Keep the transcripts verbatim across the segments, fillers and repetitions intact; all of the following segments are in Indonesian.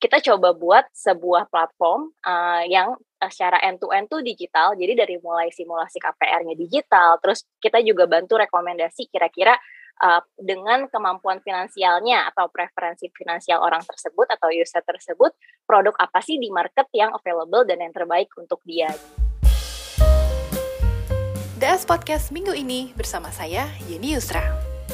kita coba buat sebuah platform uh, yang uh, secara end-to-end tuh digital, jadi dari mulai simulasi K P R-nya digital, terus kita juga bantu rekomendasi kira-kira uh, dengan kemampuan finansialnya atau preferensi finansial orang tersebut atau user tersebut, produk apa sih di market yang available dan yang terbaik untuk dia. D S Podcast minggu ini bersama saya, Yeni Yusra.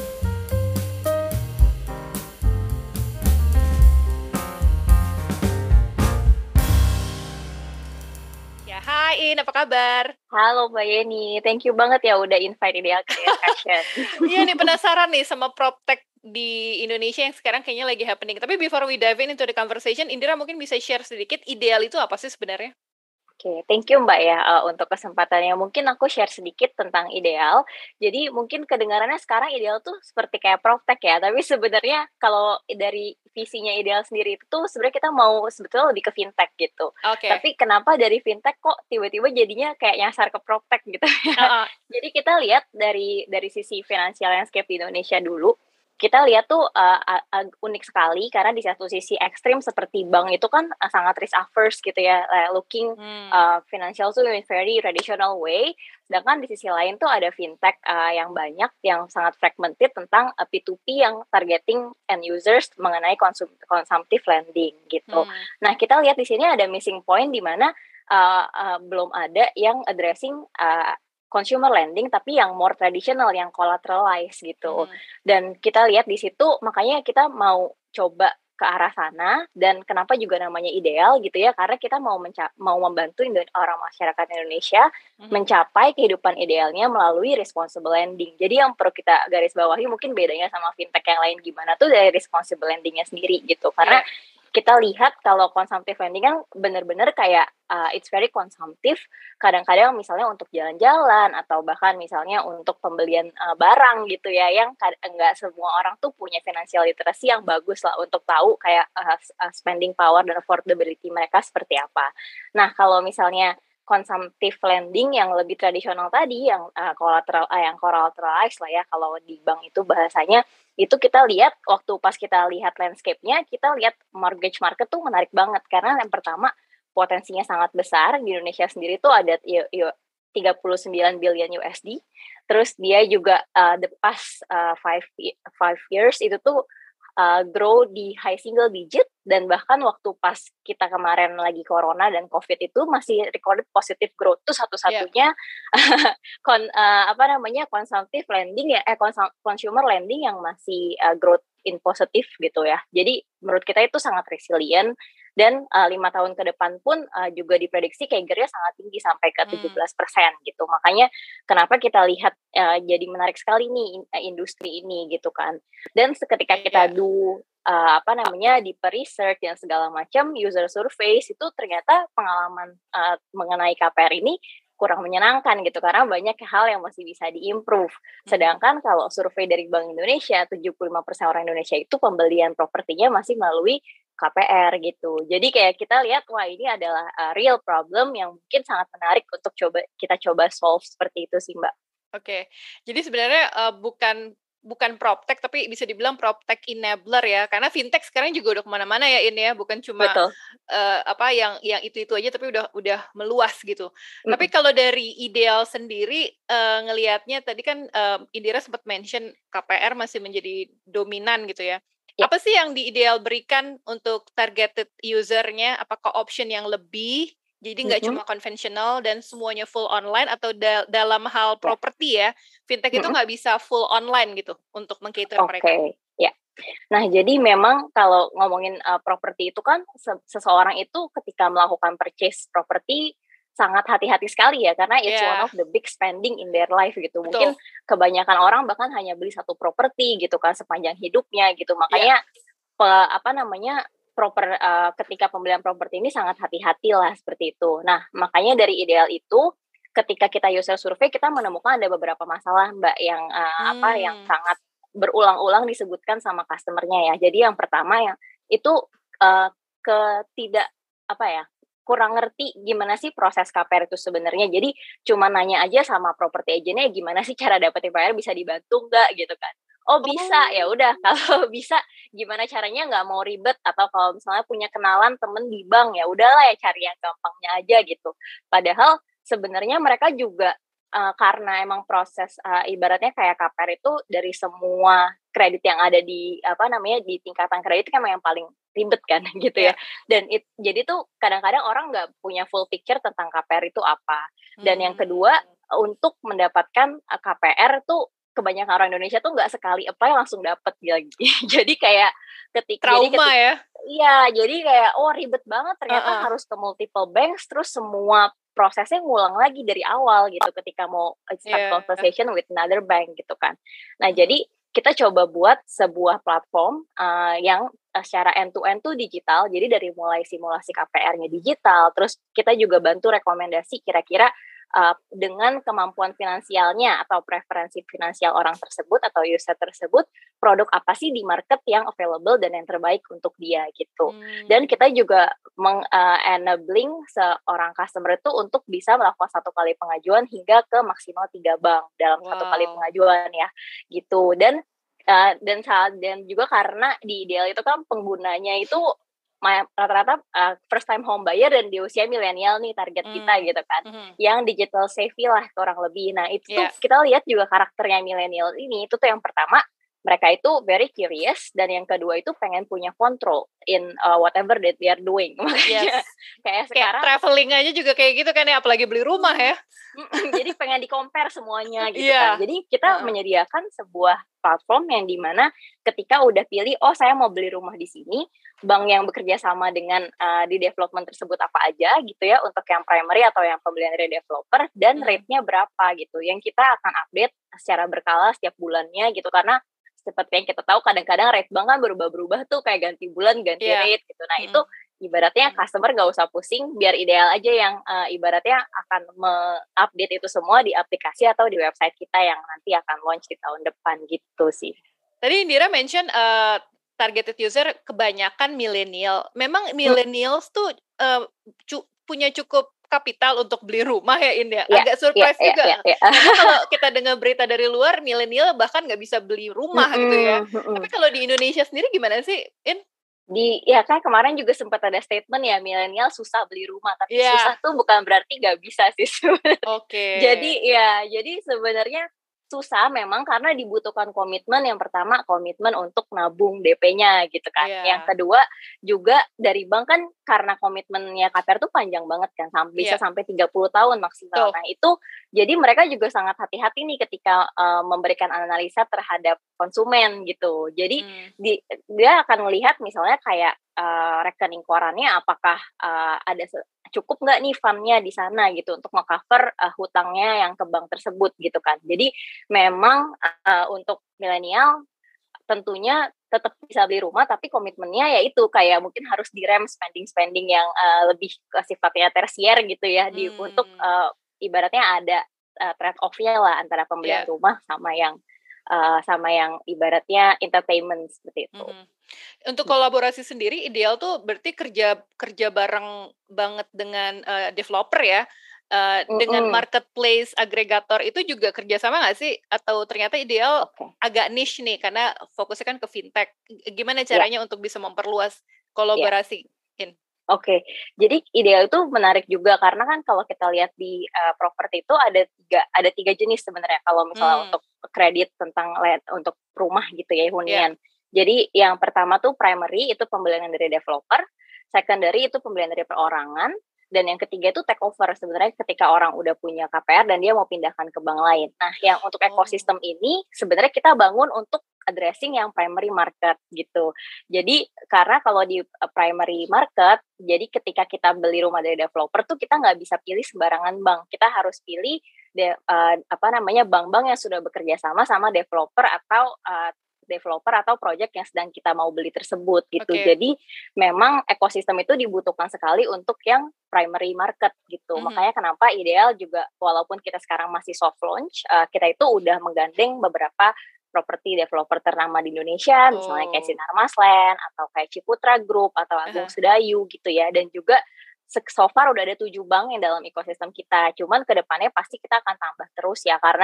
Ya, hai In, apa kabar? Halo Mbak Yeni, thank you banget ya udah invite Ideal Career Session. Iya nih, penasaran nih sama PropTech di Indonesia yang sekarang kayaknya lagi happening. Tapi before we dive into the conversation, Indira mungkin bisa share sedikit Ideal itu apa sih sebenarnya? Oke, okay, thank you Mbak ya uh, untuk kesempatannya. Mungkin aku share sedikit tentang Ideal. Jadi mungkin kedengarannya sekarang Ideal tuh seperti kayak PropTech ya, tapi sebenarnya kalau dari visinya Ideal sendiri itu tuh sebenarnya kita mau sebetulnya lebih ke fintech gitu. Oke. Okay. Tapi kenapa dari fintech kok tiba-tiba jadinya kayak nyasar ke PropTech gitu ya? Uh-uh. Jadi kita lihat dari dari sisi financial landscape di Indonesia dulu. Kita lihat tuh uh, uh, unik sekali karena di satu sisi ekstrim seperti bank itu kan uh, sangat risk averse gitu ya, uh, looking hmm. uh, financial tuh in very traditional way. Sedangkan di sisi lain tuh ada fintech uh, yang banyak yang sangat fragmented tentang uh, P to P yang targeting end users mengenai konsum consumptive lending gitu. Hmm. Nah kita lihat di sini ada missing point di mana uh, uh, belum ada yang addressing uh, consumer lending tapi yang more traditional, yang collateralized gitu. Hmm. Dan kita lihat di situ makanya kita mau coba ke arah sana, dan kenapa juga namanya Ideal gitu ya, karena kita mau menca- mau membantu orang masyarakat Indonesia hmm. mencapai kehidupan idealnya melalui responsible lending. Jadi yang perlu kita garis bawahi mungkin bedanya sama fintech yang lain gimana tuh dari responsible lendingnya sendiri gitu. Karena yeah. kita lihat kalau consumptive lending kan benar-benar kayak uh, it's very consumptive, kadang-kadang misalnya untuk jalan-jalan atau bahkan misalnya untuk pembelian uh, barang gitu ya, yang enggak semua orang tuh punya financial literacy yang bagus lah untuk tahu kayak uh, spending power dan affordability mereka seperti apa. Nah kalau misalnya consumptive lending yang lebih tradisional tadi, yang uh, collateral, uh, yang collateralized lah ya kalau di bank itu bahasanya, itu kita lihat waktu pas kita lihat landscape-nya, kita lihat mortgage market tuh menarik banget karena yang pertama potensinya sangat besar. Di Indonesia sendiri tuh ada tiga puluh sembilan billion U S D. Terus dia juga uh, the past uh, five, five years itu tuh Uh, grow di high single digit, dan bahkan waktu pas kita kemarin lagi corona dan covid itu masih recorded positive growth tuh satu-satunya yeah. kon, uh, apa namanya consumptive lending ya eh consum- consumer lending yang masih uh, growth in positive gitu ya. Jadi menurut kita itu sangat resilient, dan uh, lima tahun ke depan pun uh, juga diprediksi C A G R-nya sangat tinggi sampai ke tujuh belas persen hmm. gitu. Makanya kenapa kita lihat uh, jadi menarik sekali nih uh, industri ini gitu kan. Dan seketika kita yeah. do uh, apa namanya di research dan segala macam user surveys itu ternyata pengalaman uh, mengenai K P R ini kurang menyenangkan gitu karena banyak hal yang masih bisa diimprove. Sedangkan kalau survei dari Bank Indonesia, tujuh puluh lima persen orang Indonesia itu pembelian propertinya masih melalui K P R gitu. Jadi kayak kita lihat wah ini adalah uh, real problem yang mungkin sangat menarik untuk coba kita coba solve seperti itu sih Mbak. Oke. Okay. Jadi sebenarnya uh, bukan bukan PropTech tapi bisa dibilang PropTech enabler ya, karena fintech sekarang juga udah kemana-mana ya ini ya, bukan cuma uh, apa yang yang itu-itu aja tapi udah udah meluas gitu. Mm. Tapi kalau dari Ideal sendiri uh, ngelihatnya tadi kan uh, Indira sempat mention K P R masih menjadi dominan gitu ya. Yeah. Apa sih yang di Ideal berikan untuk targeted usernya? Apakah option yang lebih? Jadi nggak mm-hmm. cuma konvensional dan semuanya full online, atau da- dalam hal properti ya, fintech mm-hmm. itu nggak bisa full online gitu untuk meng-cater okay. mereka. Oke, ya. Nah, jadi memang kalau ngomongin uh, properti itu kan se- seseorang itu ketika melakukan purchase properti sangat hati-hati sekali ya, karena it's yeah. one of the big spending in their life gitu. Betul. Mungkin kebanyakan orang bahkan hanya beli satu properti gitu kan sepanjang hidupnya gitu. Makanya yeah. pe, apa namanya proper uh, ketika pembelian properti ini sangat hati-hati lah seperti itu. Nah, makanya dari Ideal itu ketika kita user survey kita menemukan ada beberapa masalah Mbak yang uh, hmm. apa yang sangat berulang-ulang disebutkan sama customer-nya ya. Jadi yang pertama yang itu uh, ketidak apa ya kurang ngerti gimana sih proses K P R itu sebenarnya. Jadi cuma nanya aja sama property agent-nya gimana sih cara dapetin K P R, bisa dibantu nggak gitu kan. Oh bisa, ya Oh. udah kalau bisa gimana caranya nggak mau ribet atau kalau misalnya punya kenalan temen di bank, ya udahlah ya cari yang gampangnya aja gitu. Padahal sebenarnya mereka juga uh, karena emang proses uh, ibaratnya kayak K P R itu dari semua kredit yang ada di apa namanya di tingkatan kredit kan emang yang paling ribet kan gitu ya. Yeah. Dan it, jadi tuh kadang-kadang orang nggak punya full picture tentang K P R itu apa. Dan yang Hmm. kedua untuk mendapatkan uh, K P R tuh kebanyakan orang Indonesia tuh nggak sekali apply langsung dapet lagi. Jadi kayak ketika trauma jadi ketika, ya. Iya, jadi kayak oh ribet banget ternyata uh-uh. harus ke multiple banks terus semua prosesnya ngulang lagi dari awal gitu ketika mau start yeah. conversation with another bank gitu kan. Nah, hmm. jadi kita coba buat sebuah platform uh, yang uh, secara end to end tuh digital. Jadi dari mulai simulasi K P R-nya digital, terus kita juga bantu rekomendasi kira-kira Uh, dengan kemampuan finansialnya atau preferensi finansial orang tersebut atau user tersebut, produk apa sih di market yang available dan yang terbaik untuk dia gitu. Hmm. Dan kita juga meng-enabling uh, seorang customer itu untuk bisa melakukan satu kali pengajuan hingga ke maksimal tiga bank dalam wow. satu kali pengajuan ya gitu. Dan uh, dan dan juga karena di Ideal itu kan penggunanya itu rata-rata uh, first time home buyer dan di usia milenial nih target mm. kita gitu kan, mm-hmm. yang digital savvy lah kurang lebih. Nah itu yeah. tuh kita lihat juga karakternya milenial ini itu tuh yang pertama mereka itu very curious dan yang kedua itu pengen punya control in uh, whatever that they are doing. Makanya yes. kayak sekarang kayak traveling aja juga kayak gitu kan ya, apalagi beli rumah ya. Jadi pengen di-compare semuanya gitu yeah. kan. Jadi kita uh-uh. menyediakan sebuah platform yang dimana ketika udah pilih, oh saya mau beli rumah di sini, bank yang bekerja sama dengan uh, di development tersebut apa aja gitu ya, untuk yang primary atau yang pembelian dari developer, dan hmm. rate-nya berapa gitu. Yang kita akan update secara berkala setiap bulannya gitu, karena seperti yang kita tahu kadang-kadang rate bank kan berubah-berubah tuh kayak ganti bulan, ganti yeah. rate gitu. Nah hmm. itu ibaratnya customer gak usah pusing, biar Ideal aja yang uh, ibaratnya akan me-update itu semua di aplikasi atau di website kita yang nanti akan launch di tahun depan gitu sih. Tadi Indira mention uh, targeted user kebanyakan milenial. Memang millennials tuh uh, cu- punya cukup kapital untuk beli rumah ya India. Yeah, agak surprise yeah, juga. Yeah, yeah, yeah. Karena kalau kita dengar berita dari luar, milenial bahkan nggak bisa beli rumah mm-hmm, gitu ya. Mm-hmm. Tapi kalau di Indonesia sendiri gimana sih, In? Di ya kan kemarin juga sempat ada statement ya milenial susah beli rumah, tapi yeah. susah tuh bukan berarti nggak bisa sih sebenarnya. Oke. Okay. Jadi ya, jadi sebenarnya susah memang karena dibutuhkan komitmen. Yang pertama komitmen untuk nabung D P-nya gitu kan. Yeah. Yang kedua juga dari bank kan karena komitmennya K P R tuh panjang banget kan, sampai yeah. bisa sampai tiga puluh tahun maksimal. Tuh. Nah itu jadi mereka juga sangat hati-hati nih ketika uh, memberikan analisa terhadap konsumen gitu. Jadi hmm. di, dia akan melihat misalnya kayak uh, rekening korannya apakah uh, ada se- cukup nggak nih fundnya di sana gitu untuk mengcover uh, hutangnya yang ke bank tersebut gitu kan. Jadi memang uh, untuk milenial tentunya tetap bisa beli rumah, tapi komitmennya ya itu kayak mungkin harus direm spending-spending yang uh, lebih ke sifatnya tersier gitu ya, di hmm. untuk uh, ibaratnya ada uh, trade off-nya lah antara pembelian yeah. rumah sama yang uh, sama yang ibaratnya entertainment seperti itu. Mm-hmm. Untuk kolaborasi hmm. sendiri Ideal tuh berarti kerja kerja bareng banget dengan uh, developer ya. Uh, mm-hmm. Dengan marketplace agregator itu juga kerjasama nggak sih? Atau ternyata Ideal okay. agak niche nih karena fokusnya kan ke fintech. Gimana caranya yeah. untuk bisa memperluas kolaborasi? Yeah. Oke, okay. Jadi Ideal itu menarik juga karena kan kalau kita lihat di uh, properti itu ada tiga ada tiga jenis sebenarnya. Kalau misalnya hmm. untuk kredit tentang land, untuk rumah gitu ya hunian. Yeah. Jadi yang pertama tuh primary itu pembelian dari developer, secondary itu pembelian dari perorangan, dan yang ketiga itu take over sebenarnya ketika orang udah punya K P R dan dia mau pindahkan ke bank lain. Nah, yang untuk ekosistem oh. ini sebenarnya kita bangun untuk addressing yang primary market gitu. Jadi karena kalau di primary market, jadi ketika kita beli rumah dari developer tuh kita nggak bisa pilih sembarangan bank. Kita harus pilih de, uh, apa namanya bank-bank yang sudah bekerja sama sama developer atau uh, developer atau project yang sedang kita mau beli tersebut gitu. Okay. Jadi memang ekosistem itu dibutuhkan sekali untuk yang primary market gitu. Mm-hmm. Makanya kenapa Ideal juga walaupun kita sekarang masih soft launch, uh, kita itu udah menggandeng beberapa properti developer ternama di Indonesia, oh. misalnya kayak Sinar Masland atau kayak Ciputra Group atau Agung uh-huh. Sedayu gitu ya. Dan juga so far udah ada tujuh bank yang dalam ekosistem kita. Cuman kedepannya pasti kita akan tambah terus ya karena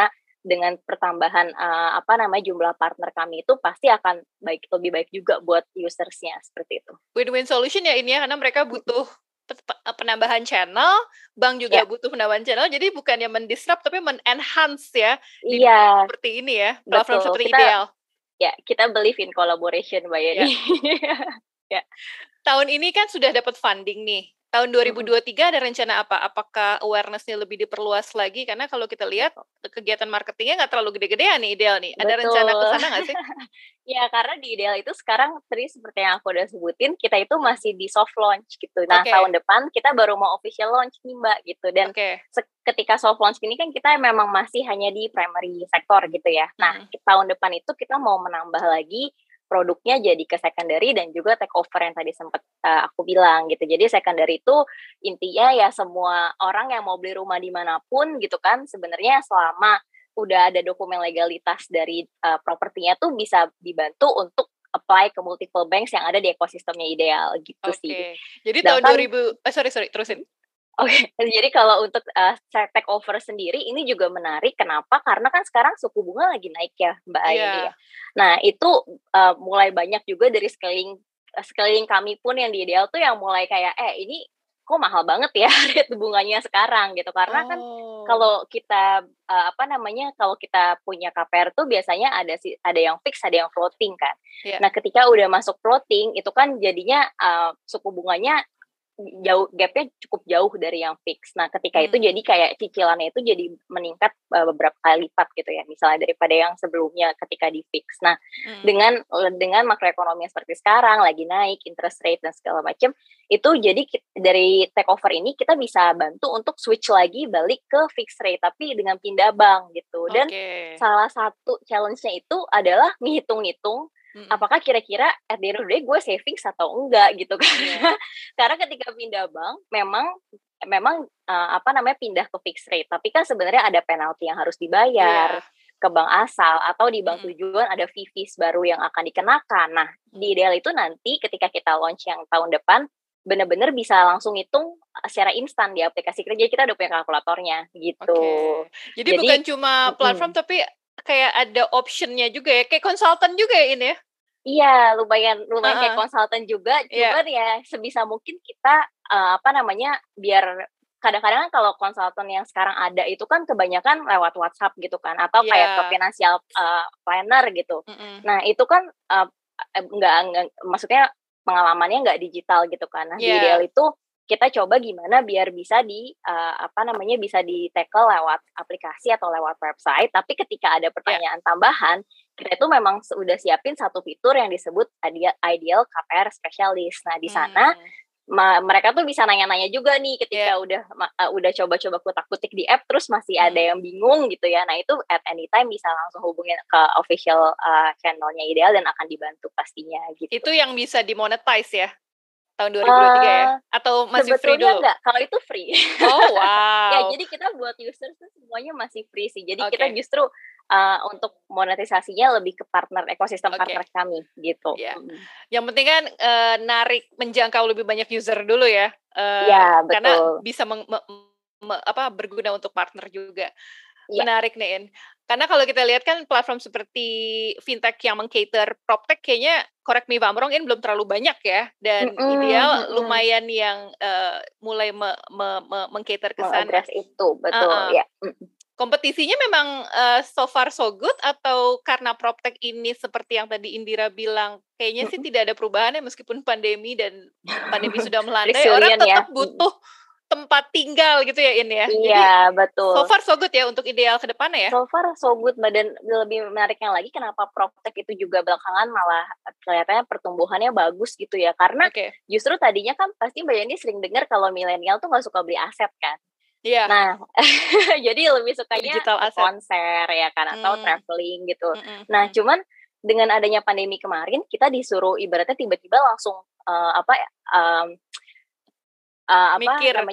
dengan pertambahan uh, apa namanya jumlah partner kami itu pasti akan baik lebih baik juga buat usersnya seperti itu. Win-win solution ya ini ya, karena mereka butuh penambahan channel, bank juga yeah. butuh penambahan channel, jadi bukannya mendisrupt tapi men-enhance ya. Iya. Seperti ini ya, platform betul. seperti kita, Ideal. Ya, kita believe in collaboration, Mbak Yani. Yeah. yeah. Tahun ini kan sudah dapat funding nih. Tahun dua ribu dua puluh tiga ada rencana apa? Apakah awareness-nya lebih diperluas lagi? Karena kalau kita lihat kegiatan marketingnya nggak terlalu gede-gedean nih Ideal nih. Ada Betul. rencana ke sana nggak sih? Ya, karena di Ideal itu sekarang tadi seperti yang aku udah sebutin, kita itu masih di soft launch gitu. Nah, okay. tahun depan kita baru mau official launch nih, Mbak, gitu. Dan okay. ketika soft launch ini kan kita memang masih hanya di primary sektor gitu ya. Nah, hmm. tahun depan itu kita mau menambah lagi produknya jadi ke secondary dan juga take over yang tadi sempat uh, aku bilang gitu. Jadi secondary itu intinya ya semua orang yang mau beli rumah dimanapun gitu kan, sebenarnya selama udah ada dokumen legalitas dari uh, propertinya tuh bisa dibantu untuk apply ke multiple banks yang ada di ekosistemnya Ideal gitu okay. sih. Jadi dan tahun kan, dua ribu eh sorry sorry terusin. Oke, okay. Jadi kalau untuk uh, take over sendiri ini juga menarik. Kenapa? Karena kan sekarang suku bunga lagi naik ya, Mbak Aini yeah. ya. Nah itu uh, mulai banyak juga dari sekeliling uh, sekeliling kami pun yang di Ideal tuh yang mulai kayak eh ini kok mahal banget ya rate bunganya sekarang gitu. Karena oh. kan kalau kita uh, apa namanya kalau kita punya K P R tuh biasanya ada si ada yang fix ada yang floating kan. Yeah. Nah ketika udah masuk floating itu kan jadinya uh, suku bunganya jauh gapnya cukup jauh dari yang fix. Nah ketika hmm. itu jadi kayak cicilannya itu jadi meningkat uh, beberapa kali lipat gitu ya misalnya daripada yang sebelumnya ketika di fix. Nah hmm. dengan dengan makroekonomi seperti sekarang lagi naik interest rate dan segala macam itu jadi kita, dari take over ini kita bisa bantu untuk switch lagi balik ke fixed rate tapi dengan pindah bank gitu. Dan okay. salah satu challenge-nya itu adalah ngitung-ngitung Mm-mm. apakah kira-kira at the end of the day gue savings atau enggak gitu kan. Yeah. Karena ketika pindah bank memang memang uh, apa namanya pindah ke fixed rate tapi kan sebenarnya ada penalti yang harus dibayar yeah. ke bank asal atau di bank mm-hmm. tujuan ada fee fees baru yang akan dikenakan. Nah, di Ideal itu nanti ketika kita launch yang tahun depan benar-benar bisa langsung hitung secara instan di aplikasi kerja kita udah punya kalkulatornya gitu. Okay. Jadi, Jadi bukan cuma platform mm, tapi kayak ada optionnya juga ya, kayak konsultan juga ya ini ya? Iya, lumayan lumayan uh-uh. kayak konsultan juga, cuman yeah. ya sebisa mungkin kita uh, apa namanya biar kadang-kadang kalau konsultan yang sekarang ada itu kan kebanyakan lewat WhatsApp gitu kan, atau yeah. kayak ke financial uh, planner gitu. Mm-mm. Nah itu kan uh, enggak, enggak, maksudnya pengalamannya nggak digital gitu kan. Nah yeah. di Ideal itu kita coba gimana biar bisa di uh, apa namanya bisa di tackle lewat aplikasi atau lewat website. Tapi ketika ada pertanyaan yeah. tambahan, kita itu memang sudah siapin satu fitur yang disebut Ideal K P R Specialist. Nah di sana hmm. ma- mereka tuh bisa nanya-nanya juga nih ketika yeah. udah uh, udah coba-coba kutak-kutik di app terus masih hmm. ada yang bingung gitu ya. Nah itu at any time bisa langsung hubungin ke official uh, channelnya Ideal dan akan dibantu pastinya gitu. Itu yang bisa dimonetize ya? Tahun dua ribu dua puluh tiga uh, ya? Atau masih free dulu? Enggak, kalau itu free. Oh, wow. Ya, jadi kita buat user tuh semuanya masih free sih. Jadi okay. kita justru uh, untuk monetisasinya lebih ke partner, ekosistem okay. partner kami gitu. Yeah. Mm. Yang penting kan uh, narik, menjangkau lebih banyak user dulu ya. Uh, ya, betul. Karena bisa meng, me, me, apa, berguna untuk partner juga. Ya. Menarik nih, In. Karena kalau kita lihat kan platform seperti fintech yang meng-cater PropTech kayaknya, correct me if I'm wrong, In belum terlalu banyak ya. Dan mm-mm, Ideal mm-mm. lumayan yang uh, mulai me, me, me, meng-cater ke sana. Mengadres itu, betul. Uh-uh. Ya. Kompetisinya memang uh, so far so good atau karena PropTech ini seperti yang tadi Indira bilang, kayaknya mm-hmm. sih tidak ada perubahan ya meskipun pandemi dan pandemi sudah melandai, orang tetap ya. butuh tempat tinggal gitu ya In ya. Iya, jadi, betul. So far so good ya untuk Ideal ke depannya ya. So far so good, dan lebih menariknya lagi kenapa PropTech itu juga belakangan malah kelihatannya pertumbuhannya bagus gitu ya. Karena okay. justru tadinya kan pasti Mbak Yani sering dengar kalau milenial tuh nggak suka beli aset kan. Iya. Nah, jadi lebih sukanya digital aset. Konser ya kan atau hmm. traveling gitu. Mm-mm. Nah, cuman dengan adanya pandemi kemarin kita disuruh ibaratnya tiba-tiba langsung uh, apa um, Uh, apa Mikir. namanya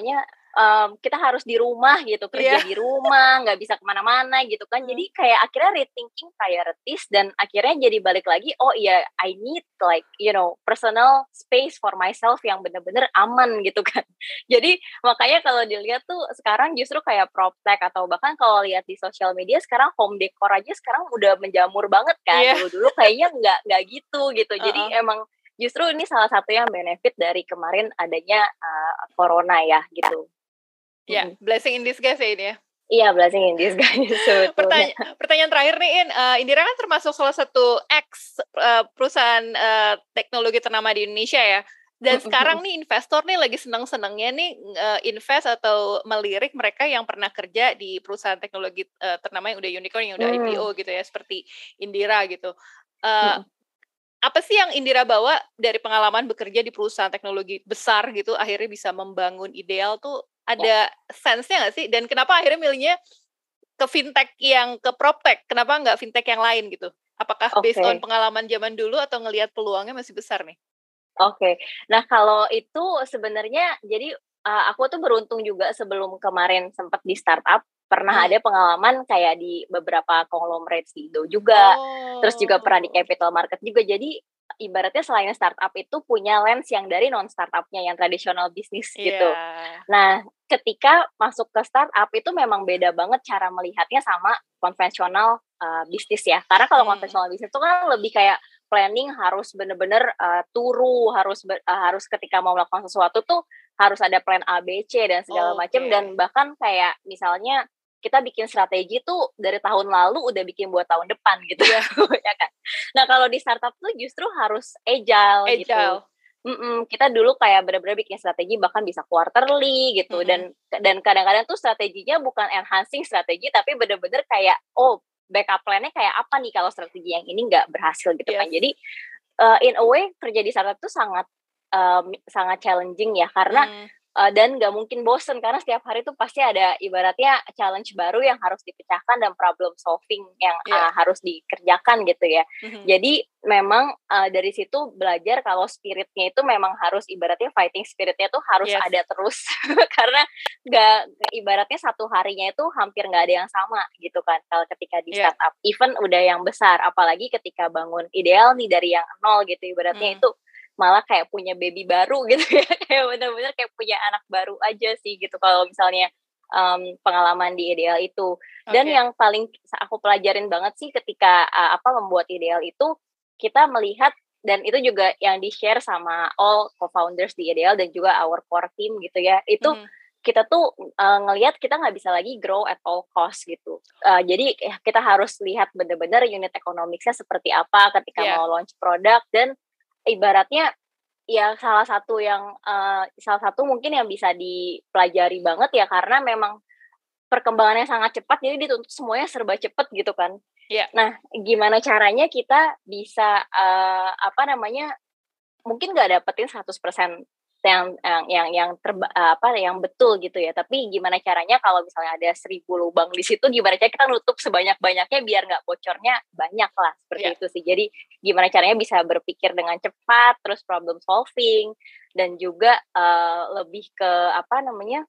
um, kita harus di rumah gitu, kerja yeah. di rumah, nggak bisa kemana-mana gitu kan. Jadi kayak akhirnya rethinking priorities dan akhirnya jadi balik lagi, oh iya, I need like, you know, personal space for myself yang bener-bener aman gitu kan. Jadi makanya kalau dilihat tuh sekarang justru kayak PropTech atau bahkan kalau lihat di sosial media sekarang home decor aja sekarang udah menjamur banget kan. Yeah. Dulu-dulu kayaknya nggak nggak gitu gitu. Jadi uh-uh. emang justru ini salah satu yang benefit dari kemarin adanya uh, corona ya gitu. Ya, yeah, blessing in disguise ya ini ya. Iya, blessing in disguise. Pertanya- pertanyaan terakhir nih, In. Uh, Indira kan termasuk salah satu ex uh, perusahaan uh, teknologi ternama di Indonesia ya. Dan sekarang nih investor nih lagi senang-senangnya nih uh, invest atau melirik mereka yang pernah kerja di perusahaan teknologi uh, ternama yang udah unicorn, yang udah mm. I P O gitu ya, seperti Indira gitu. Uh, mm. Apa sih yang Indira bawa dari pengalaman bekerja di perusahaan teknologi besar gitu, akhirnya bisa membangun Ideal tuh ada ya. sense-nya nggak sih? Dan kenapa akhirnya milihnya ke fintech yang ke PropTech? Kenapa nggak fintech yang lain gitu? Apakah okay. based on pengalaman zaman dulu atau ngelihat peluangnya masih besar nih? Oke, okay. Nah kalau itu sebenarnya jadi uh, aku tuh beruntung juga sebelum kemarin sempat di startup, pernah hmm. ada pengalaman kayak di beberapa conglomerate di Indo juga, oh. terus juga pernah di capital market juga. Jadi ibaratnya selain startup itu punya lens yang dari non-startupnya yang tradisional bisnis yeah. gitu. Nah ketika masuk ke startup itu memang beda banget cara melihatnya sama konvensional uh, bisnis ya. Karena kalau hmm. konvensional bisnis itu kan lebih kayak planning harus bener-bener uh, turu, harus uh, harus ketika mau melakukan sesuatu tuh harus ada plan A, B, C dan segala okay. macam. Dan bahkan kayak misalnya kita bikin strategi tuh dari tahun lalu udah bikin buat tahun depan gitu ya, ya kan. Nah kalau di startup tuh justru harus agile, agile. gitu. Mm-mm, kita dulu kayak benar-benar bikin strategi bahkan bisa quarterly gitu mm-hmm. dan dan kadang-kadang tuh strateginya bukan enhancing strategi tapi benar-benar kayak oh backup plan-nya kayak apa nih kalau strategi yang ini nggak berhasil gitu yes. kan. Jadi uh, in a way kerja di startup tuh sangat um, sangat challenging ya karena mm. Uh, dan nggak mungkin bosen karena setiap hari tuh pasti ada ibaratnya challenge baru yang harus dipecahkan dan problem solving yang yeah. uh, harus dikerjakan gitu ya. Mm-hmm. Jadi memang uh, dari situ belajar kalau spiritnya itu memang harus ibaratnya fighting spiritnya tuh harus yes. ada terus karena nggak ibaratnya satu harinya itu hampir nggak ada yang sama gitu kan kalau ketika di yeah. startup. Even udah yang besar, apalagi ketika bangun Ideal nih dari yang nol gitu ibaratnya mm. itu malah kayak punya baby baru gitu ya, kayak benar-benar kayak punya anak baru aja sih gitu kalau misalnya um, pengalaman di Ideal itu. Dan okay. yang paling aku pelajarin banget sih ketika uh, apa membuat Ideal itu kita melihat dan itu juga yang di-share sama all co-founders di Ideal dan juga our core team gitu ya. Itu mm. kita tuh uh, ngelihat kita nggak bisa lagi grow at all cost gitu. Uh, jadi kita harus lihat benar-benar unit economics-nya seperti apa ketika yeah. mau launch produk dan ibaratnya ya salah satu yang uh, salah satu mungkin yang bisa dipelajari banget ya karena memang perkembangannya sangat cepat jadi dituntut semuanya serba cepat gitu kan. Yeah. Nah, gimana caranya kita bisa uh, apa namanya mungkin nggak dapetin seratus persen yang yang yang yang terba, apa yang betul gitu ya, tapi gimana caranya kalau misalnya ada seribu lubang di situ gimana caranya kita nutup sebanyak-banyaknya biar nggak bocornya banyak lah seperti yeah. itu sih. Jadi gimana caranya bisa berpikir dengan cepat terus problem solving dan juga uh, lebih ke apa namanya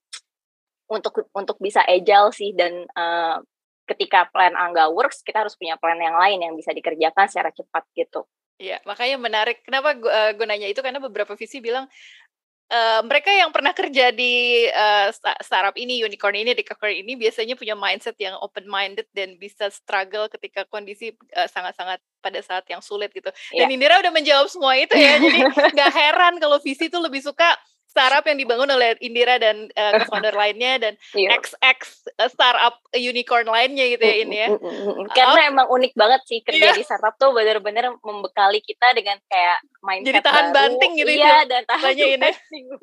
untuk untuk bisa agile sih dan uh, ketika plan A nggak works kita harus punya plan yang lain yang bisa dikerjakan secara cepat gitu. Iya, makanya menarik. Kenapa gue, uh, gue nanya itu karena beberapa V C bilang Uh, mereka yang pernah kerja di uh, startup ini, unicorn ini, decacorn ini biasanya punya mindset yang open-minded dan bisa struggle ketika kondisi uh, sangat-sangat pada saat yang sulit gitu. Dan yeah. Indira udah menjawab semua itu ya, jadi nggak heran kalau V C itu lebih suka startup yang dibangun oleh Indira dan uh, co-founder lainnya dan yeah. X X startup unicorn lainnya gitu ya ini ya. Karena oh. emang unik banget sih kerja yeah. di startup tuh benar-benar membekali kita dengan kayak mindset jadi tahan baru. banting gitu iya, dan tahan ini.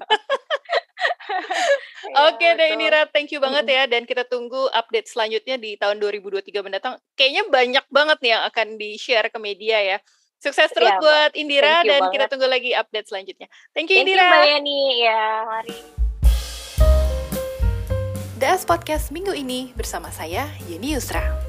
Oke okay, deh Indira, thank you banget ya dan kita tunggu update selanjutnya di tahun dua ribu dua puluh tiga mendatang. Kayaknya banyak banget nih yang akan di-share ke media ya. Sukses terus ya, buat Indira dan banget. Kita tunggu lagi update selanjutnya. Thank you Indira. Thank you Mbak Yani. Ya, mari. The Podcast minggu ini bersama saya Yeni Yusra.